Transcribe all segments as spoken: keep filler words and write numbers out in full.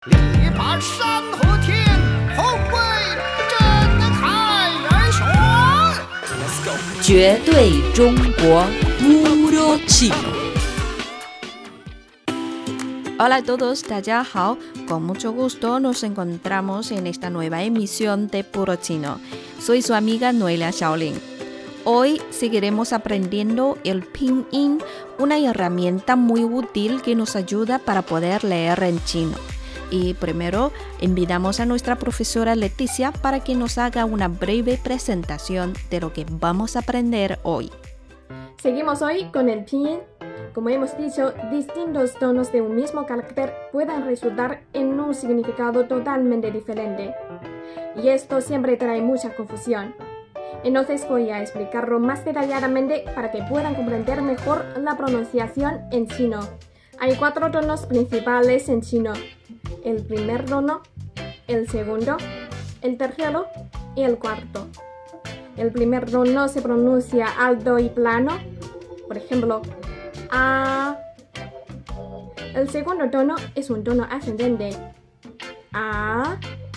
力拔山河天，宏伟震撼人群。Let's go， 绝对中国 Puro Chino。 Hola a todos, 大家好, con mucho gusto nos encontramos en esta nueva emisión de Puro Chino. Soy su amiga Noelia Shaolin. Hoy seguiremos aprendiendo el Pinyin, una herramienta muy útil que nos ayuda para poder leer en chino. Y primero invitamos a nuestra profesora Leticia para que nos haga una breve presentación de lo que vamos a aprender hoy. Seguimos hoy con el pinyin. Como hemos dicho, distintos tonos de un mismo carácter pueden resultar en un significado totalmente diferente. Y esto siempre trae mucha confusión. Entonces voy a explicarlo más detalladamente para que puedan comprender mejor la pronunciación en chino. Hay cuatro tonos principales en chino. El primer tono, el segundo, el tercero y el cuarto. El primer tono se pronuncia alto y plano, por ejemplo, A. El segundo tono es un tono ascendente, A.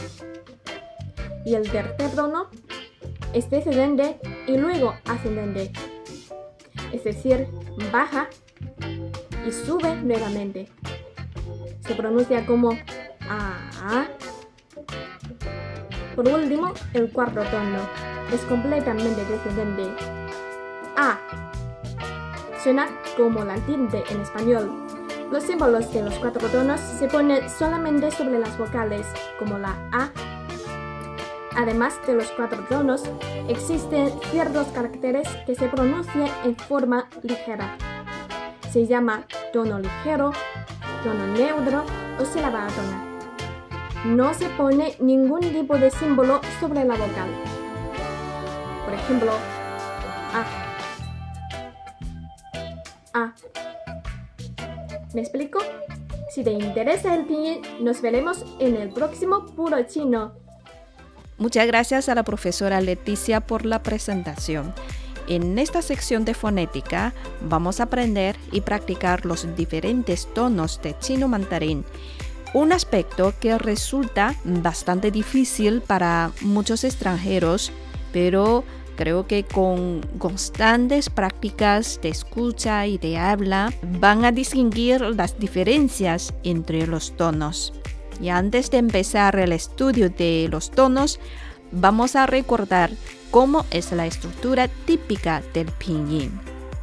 Y el tercer tono es descendente y luego ascendente, es decir, baja y sube nuevamente. Se pronuncia como A. Por último, el cuarto tono es completamente descendente, A. Suena como la tilde en español. Los símbolos de los cuatro tonos se ponen solamente sobre las vocales, como la A. Además de los cuatro tonos, existen ciertos caracteres que se pronuncian en forma ligera. Se llama tono ligero, tono neutro o sílaba átona. No se pone ningún tipo de símbolo sobre la vocal. Por ejemplo, A. A. ¿Me explico? Si te interesa el pinyin, nos veremos en el próximo Puro Chino. Muchas gracias a la profesora Leticia por la presentación. En esta sección de fonética vamos a aprender y practicar los diferentes tonos de chino mandarín, un aspecto que resulta bastante difícil para muchos extranjeros, pero creo que con constantes prácticas de escucha y de habla van a distinguir las diferencias entre los tonos. Y antes de empezar el estudio de los tonos, vamos a recordar cómo es la estructura típica del pinyin.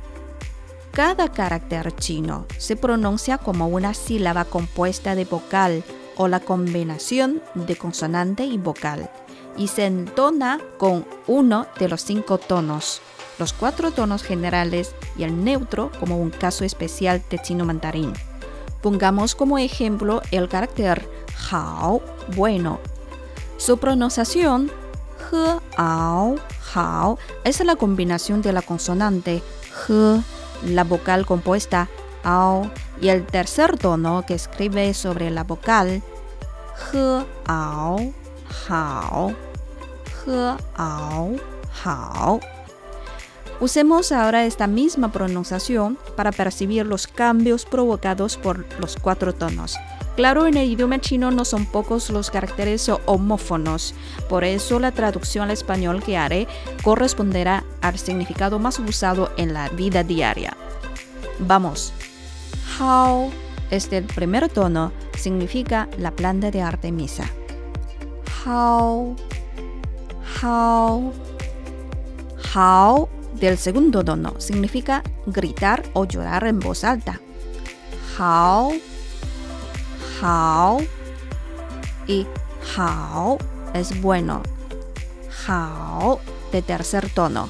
Cada carácter chino se pronuncia como una sílaba compuesta de vocal o la combinación de consonante y vocal y se entona con uno de los cinco tonos, los cuatro tonos generales y el neutro como un caso especial de chino mandarín. Pongamos como ejemplo el carácter hao, bueno. Su pronunciación he, ao, hao es la combinación de la consonante he, la vocal compuesta ao y el tercer tono que escribe sobre la vocal he, ao, hao, he, ao, hao. Usemos ahora esta misma pronunciación para percibir los cambios provocados por los cuatro tonos. Claro, en el idioma chino no son pocos los caracteres homófonos, por eso la traducción al español que haré corresponderá al significado más usado en la vida diaria. Vamos. Hao es el primer tono, significa la planta de Artemisa. Hao, hao, hao del segundo tono significa gritar o llorar en voz alta. Hao, hao y hao es bueno. Hao de tercer tono.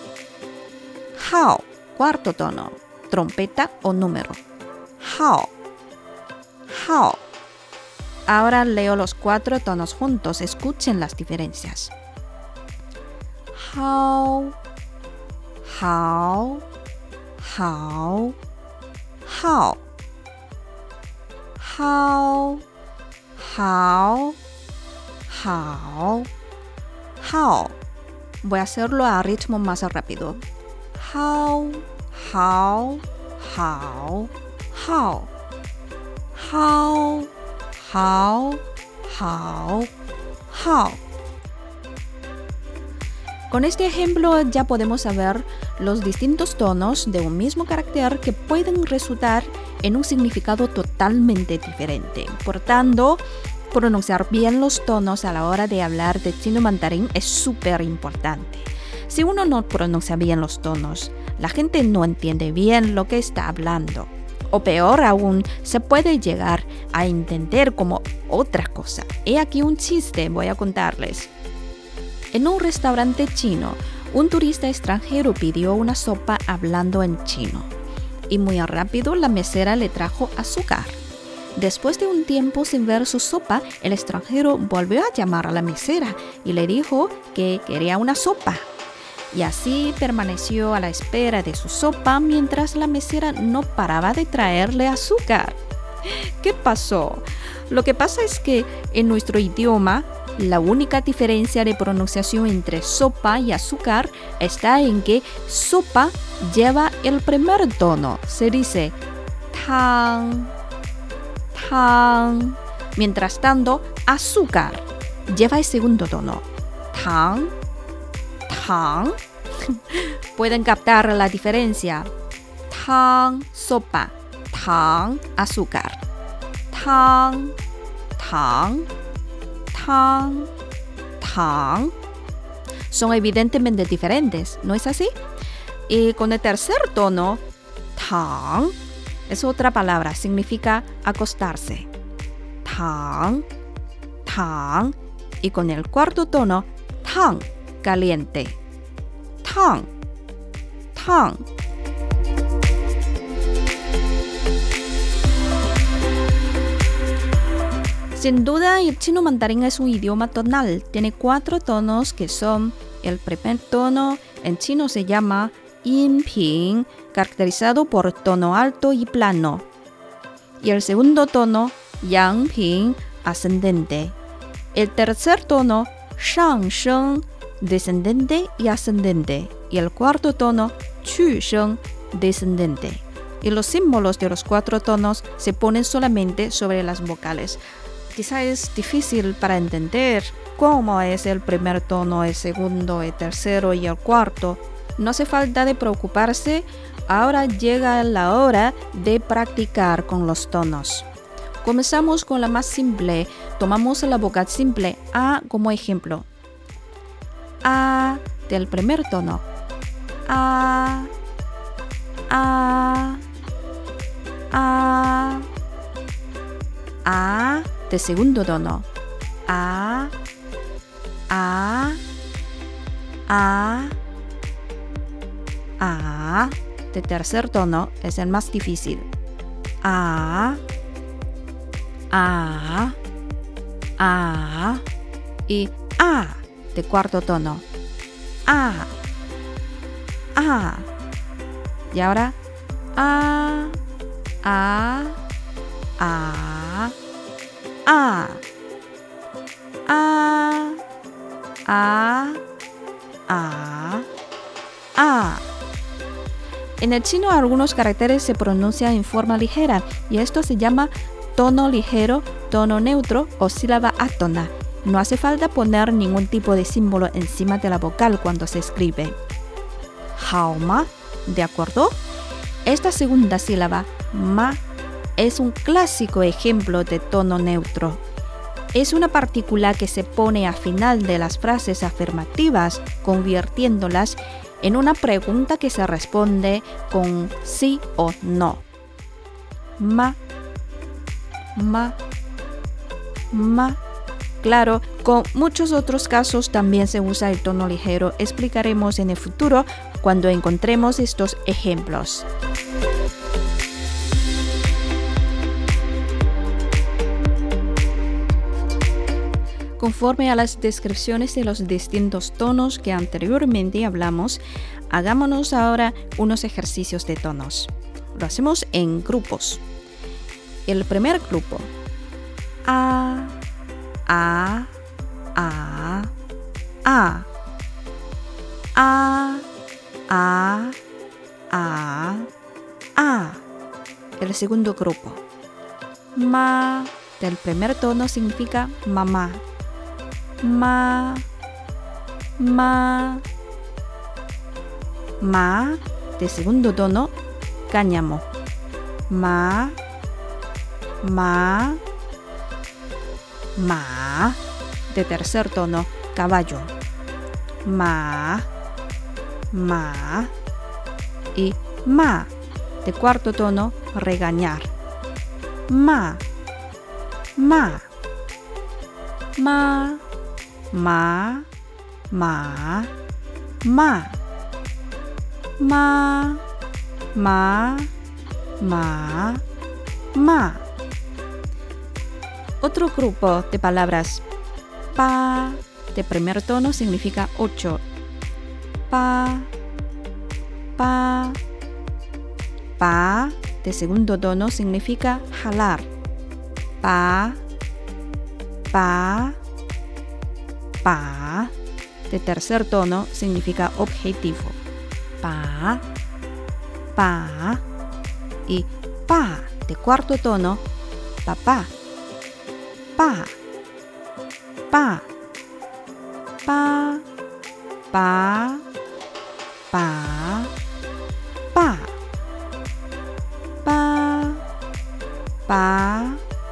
Hao, cuarto tono, trompeta o número. Hao, hao. Ahora leo los cuatro tonos juntos, escuchen las diferencias. Hao, hao, hao, hao. Hao, hao, hao, hao. Voy a hacerlo a ritmo más rápido. Hao, hao, hao, hao. Hao, hao, hao, hao. Con este ejemplo ya podemos saber los distintos tonos de un mismo carácter que pueden resultar en un significado totalmente diferente. Por tanto, pronunciar bien los tonos a la hora de hablar de chino mandarín es súper importante. Si uno no pronuncia bien los tonos, la gente no entiende bien lo que está hablando. O peor aún, se puede llegar a entender como otra cosa. He aquí un chiste, voy a contarles. En un restaurante chino, un turista extranjero pidió una sopa hablando en chino. Y muy rápido la mesera le trajo azúcar. Después de un tiempo sin ver su sopa, el extranjero volvió a llamar a la mesera y le dijo que quería una sopa. Y así permaneció a la espera de su sopa mientras la mesera no paraba de traerle azúcar. ¿Qué pasó? Lo que pasa es que en nuestro idioma, la única diferencia de pronunciación entre sopa y azúcar está en que sopa lleva el primer tono. Se dice tang, tang. Mientras tanto, azúcar lleva el segundo tono. Tang, tang. Pueden captar la diferencia. Tang, sopa. Tang, azúcar. Tang, tang. Tang, tang. Son evidentemente diferentes, ¿no es así? Y con el tercer tono, tang, es otra palabra, significa acostarse. Tang, tang. Y con el cuarto tono, tang, caliente. Tang, tang. Sin duda, el chino mandarín es un idioma tonal. Tiene cuatro tonos que son: el primer tono en chino se llama yin ping, caracterizado por tono alto y plano. Y el segundo tono, yang ping, ascendente. El tercer tono, shang sheng, descendente y ascendente. Y el cuarto tono, qu sheng, descendente. Y los símbolos de los cuatro tonos se ponen solamente sobre las vocales. Quizá es difícil para entender cómo es el primer tono, el segundo, el tercero y el cuarto. No hace falta de preocuparse, ahora llega la hora de practicar con los tonos. Comenzamos con la más simple, tomamos la vocal simple A como ejemplo. A del primer tono. A, A, A, A. De segundo tono. A, A, A, A. De tercer tono es el más difícil. A, A, A. Y A de cuarto tono. A, A. Y ahora A, A, A. A, A, A, A, A. En el chino algunos caracteres se pronuncian en forma ligera y esto se llama tono ligero, tono neutro o sílaba átona. No hace falta poner ningún tipo de símbolo encima de la vocal cuando se escribe. Hao ma, ¿de acuerdo? Esta segunda sílaba, ma, es un clásico ejemplo de tono neutro. Es una partícula que se pone al final de las frases afirmativas, convirtiéndolas en una pregunta que se responde con sí o no. Ma, ma, ma. Claro, con muchos otros casos también se usa el tono ligero. Explicaremos en el futuro cuando encontremos estos ejemplos. Conforme a las descripciones de los distintos tonos que anteriormente hablamos, hagámonos ahora unos ejercicios de tonos. Lo hacemos en grupos. El primer grupo. A, A, A, A. A, A, A, A. El segundo grupo. Ma, del primer tono significa mamá. Ma, ma. Ma de segundo tono, cáñamo. Ma, ma. Ma de tercer tono, caballo. Ma, ma. Y ma de cuarto tono, regañar. Ma, ma. Ma, ma, ma, ma. Ma, ma, ma, ma. Otro grupo de palabras. Pa de primer tono significa ocho. Pa, pa. Pa de segundo tono significa jalar. Pa, pa, pa. De tercer tono significa objetivo. Pa, pa. Y pa de cuarto tono, papá. Pa, pa, pa, pa, pa, pa, pa, pa,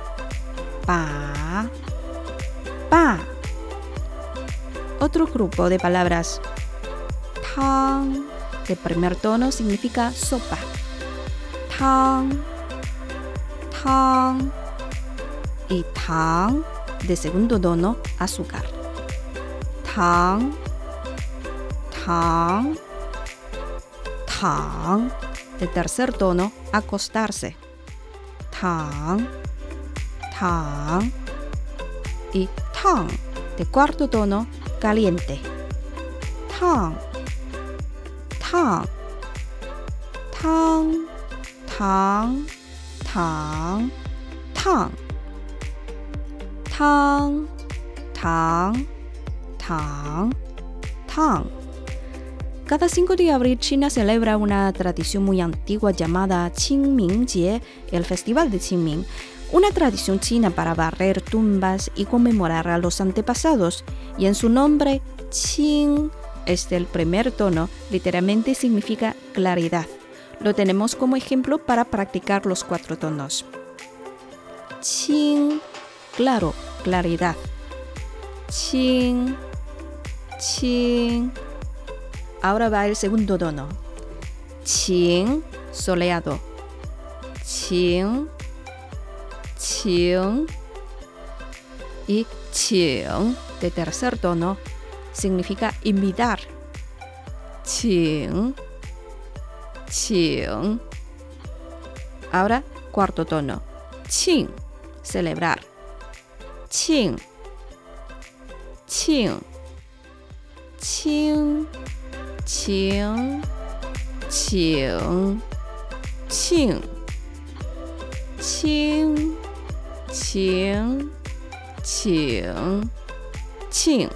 pa, pa. Otro grupo de palabras. Tang de primer tono significa sopa. Tang, tang. Y tang de segundo tono, azúcar. Tang, tang, tang de tercer tono, acostarse. Tang, tang. Y tang de cuarto tono, caliente. Tang, tang, tang, tang, tang, tang. Tang, tang, tang, tang. Cada cinco de abril China celebra una tradición muy antigua llamada Qingmingjie, el Festival de Qingming, una tradición china para barrer tumbas y conmemorar a los antepasados, y en su nombre, Qing es del primer tono, literalmente significa claridad. Lo tenemos como ejemplo para practicar los cuatro tonos. Qing, claro, claridad. Qing, qing. Ahora va el segundo tono. Qing, soleado. Qing, qing. Y qing, de tercer tono, significa invitar. Qing, qing. Ahora, cuarto tono. Qing, celebrar. Qing, qing, qing, qing, qing, qing, qing, qing, qing, qing.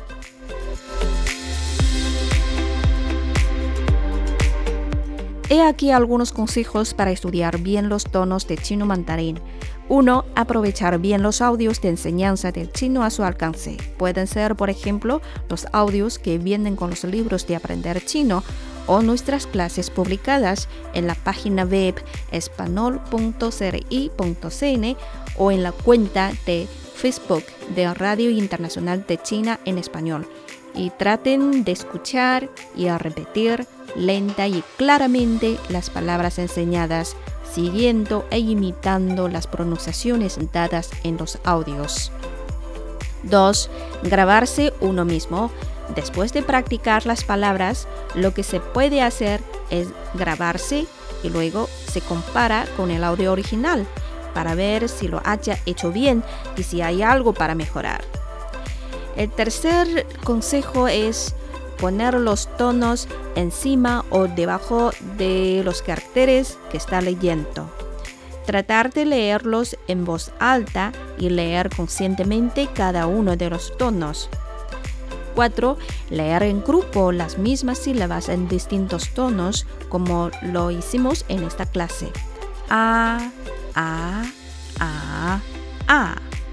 He aquí algunos consejos para estudiar bien los tonos de chino mandarín. uno. Aprovechar bien los audios de enseñanza del chino a su alcance. Pueden ser, por ejemplo, los audios que vienen con los libros de aprender chino o nuestras clases publicadas en la página web espanol punto c r i punto c n o en la cuenta de Facebook de Radio Internacional de China en Español. Y traten de escuchar y a repetir lenta y claramente las palabras enseñadas, siguiendo e imitando las pronunciaciones dadas en los audios. dos. Grabarse uno mismo. Después de practicar las palabras, lo que se puede hacer es grabarse y luego se compara con el audio original para ver si lo haya hecho bien y si hay algo para mejorar. El tercer consejo es poner los tonos encima o debajo de los caracteres que está leyendo. Tratar de leerlos en voz alta y leer conscientemente cada uno de los tonos. cuatro. Leer en grupo las mismas sílabas en distintos tonos como lo hicimos en esta clase. A, a, a, a.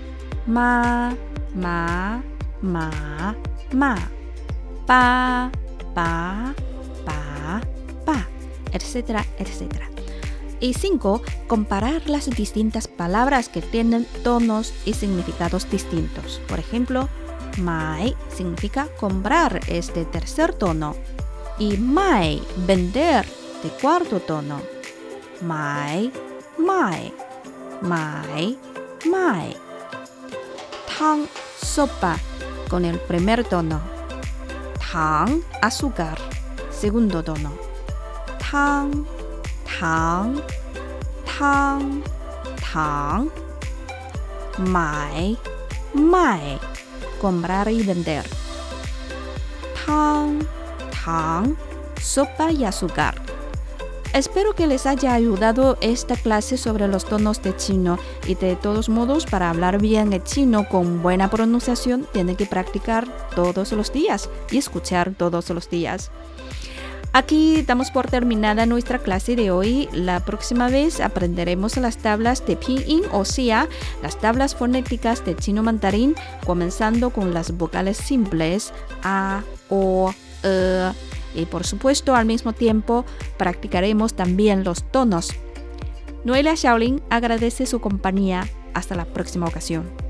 ma, ma, ma, ma, pa, pa, pa, pa, etcétera, etcétera. Y cinco, comparar las distintas palabras que tienen tonos y significados distintos. Por ejemplo, mai significa comprar, es de tercer tono. Y mai, vender, de cuarto tono. Mai, mai, mai, mai. Tang, sopa, con el primer tono. Tang, azúcar, segundo tono. Tang, tang, tang, tang. Mai, mai, comprar y vender. Tang, tang, sopa y azúcar. Espero que les haya ayudado esta clase sobre los tonos de chino y de todos modos, para hablar bien el chino con buena pronunciación tienen que practicar todos los días y escuchar todos los días. Aquí damos por terminada nuestra clase de hoy. La próxima vez aprenderemos las tablas de pinyin, o sea, las tablas fonéticas de chino mandarín, comenzando con las vocales simples a, o, e. Y por supuesto, al mismo tiempo, practicaremos también los tonos. Noelia Shaolin agradece su compañía. Hasta la próxima ocasión.